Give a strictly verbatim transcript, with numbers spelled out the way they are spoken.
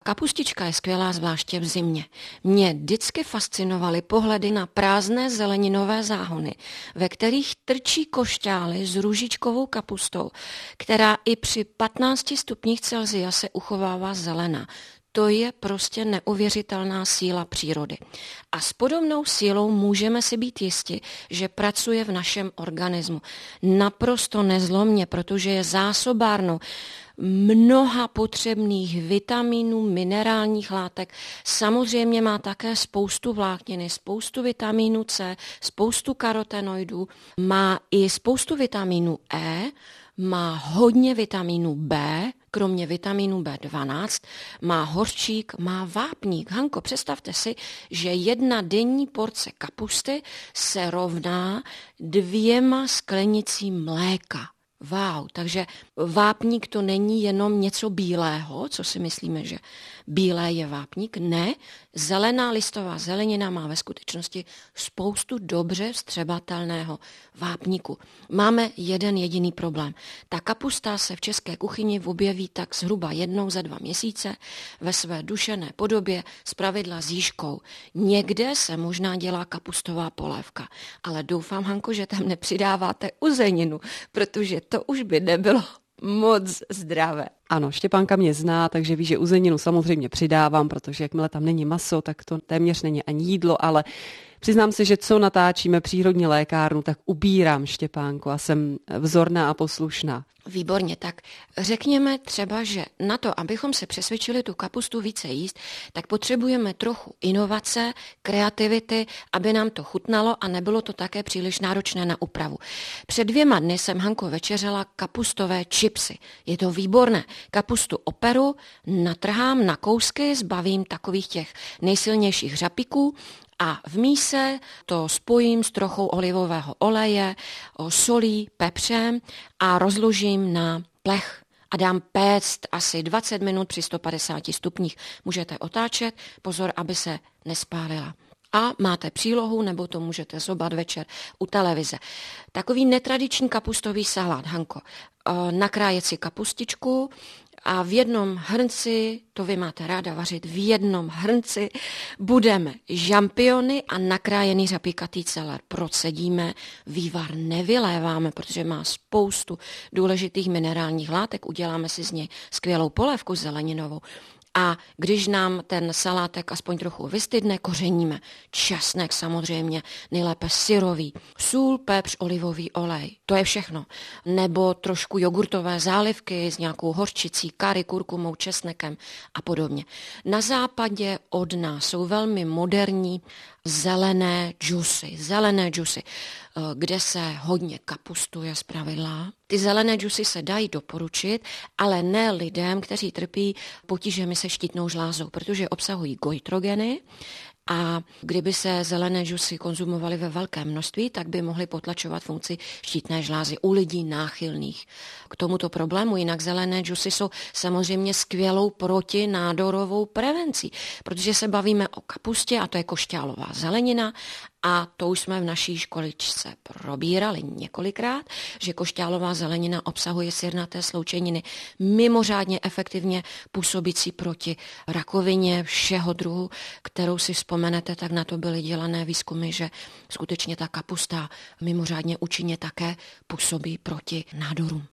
kapustička je skvělá zvláště v zimě. Mě vždycky fascinovaly pohledy na prázdné zeleninové záhony, ve kterých trčí košťály s růžičkovou kapustou, která i při patnácti stupních Celsia se uchovává zelená. To je prostě neuvěřitelná síla přírody. A s podobnou sílou můžeme si být jisti, že pracuje v našem organismu. Naprosto nezlomně, protože je zásobárnou mnoha potřebných vitaminů, minerálních látek. Samozřejmě má také spoustu vlákniny, spoustu vitamínu C, spoustu karotenoidů, má i spoustu vitamínu E, má hodně vitamínu B, kromě vitamínu bé dvanáct, má hořčík, má vápník. Hanko, představte si, že jedna denní porce kapusty se rovná dvěma sklenicím mléka. Wow, takže vápník to není jenom něco bílého, co si myslíme, že bílé je vápník. Ne, zelená listová zelenina má ve skutečnosti spoustu dobře vstřebatelného vápníku. Máme jeden jediný problém. Ta kapusta se v české kuchyni objeví tak zhruba jednou za dva měsíce ve své dušené podobě, zpravidla s jížkou. Někde se možná dělá kapustová polévka, ale doufám, Hanko, že tam nepřidáváte uzeninu, protože to už by nebylo moc zdravé. Ano, Štěpánka mě zná, takže ví, že uzeninu samozřejmě přidávám, protože jakmile tam není maso, tak to téměř není ani jídlo, ale přiznám se, že co natáčíme přírodní lékárnu, tak ubírám, Štěpánko, a jsem vzorná a poslušná. Výborně, tak řekněme třeba, že na to, abychom se přesvědčili tu kapustu více jíst, tak potřebujeme trochu inovace, kreativity, aby nám to chutnalo a nebylo to také příliš náročné na úpravu. Před dvěma dny jsem, Hanko, večeřela kapustové chipsy. Je to výborné. Kapustu operu, natrhám na kousky, zbavím takových těch nejsilnějších řapíků, a v míse to spojím s trochou olivového oleje, solí, pepřem a rozložím na plech a dám péct asi dvacet minut při sto padesáti stupních. Můžete otáčet, pozor, aby se nespálila. A máte přílohu, nebo to můžete zobat večer u televize. Takový netradiční kapustový salát, Hanko. Nakrájet si kapustičku, a v jednom hrnci, to vy máte ráda vařit, v jednom hrnci budeme žampiony a nakrájený řapíkatý celer procedíme, vývar nevyléváme, protože má spoustu důležitých minerálních látek, uděláme si z něj skvělou polévku zeleninovou. A když nám ten salátek aspoň trochu vystydne, kořeníme. Česnek samozřejmě, nejlépe syrový, sůl, pepř, olivový olej. To je všechno. Nebo trošku jogurtové zálivky s nějakou hořčicí, kary, kurkumou, česnekem a podobně. Na západě od nás jsou velmi moderní zelené džusy, zelené džusy, kde se hodně kapustuje zpravidla. Ty zelené džusy se dají doporučit, ale ne lidem, kteří trpí potížemi se štítnou žlázou, protože obsahují goitrogeny a kdyby se zelené džusy konzumovaly ve velkém množství, tak by mohly potlačovat funkci štítné žlázy u lidí náchylných k tomuto problému. Jinak zelené džusy jsou samozřejmě skvělou protinádorovou prevencí, protože se bavíme o kapustě a to je košťálová zelenina a to už jsme v naší školičce probírali několikrát, že košťálová zelenina obsahuje sirnaté sloučeniny mimořádně efektivně působící proti rakovině všeho druhu, kterou si vzpomenete, tak na to byly dělané výzkumy, že skutečně ta kapusta mimořádně účinně také působí proti nádorům.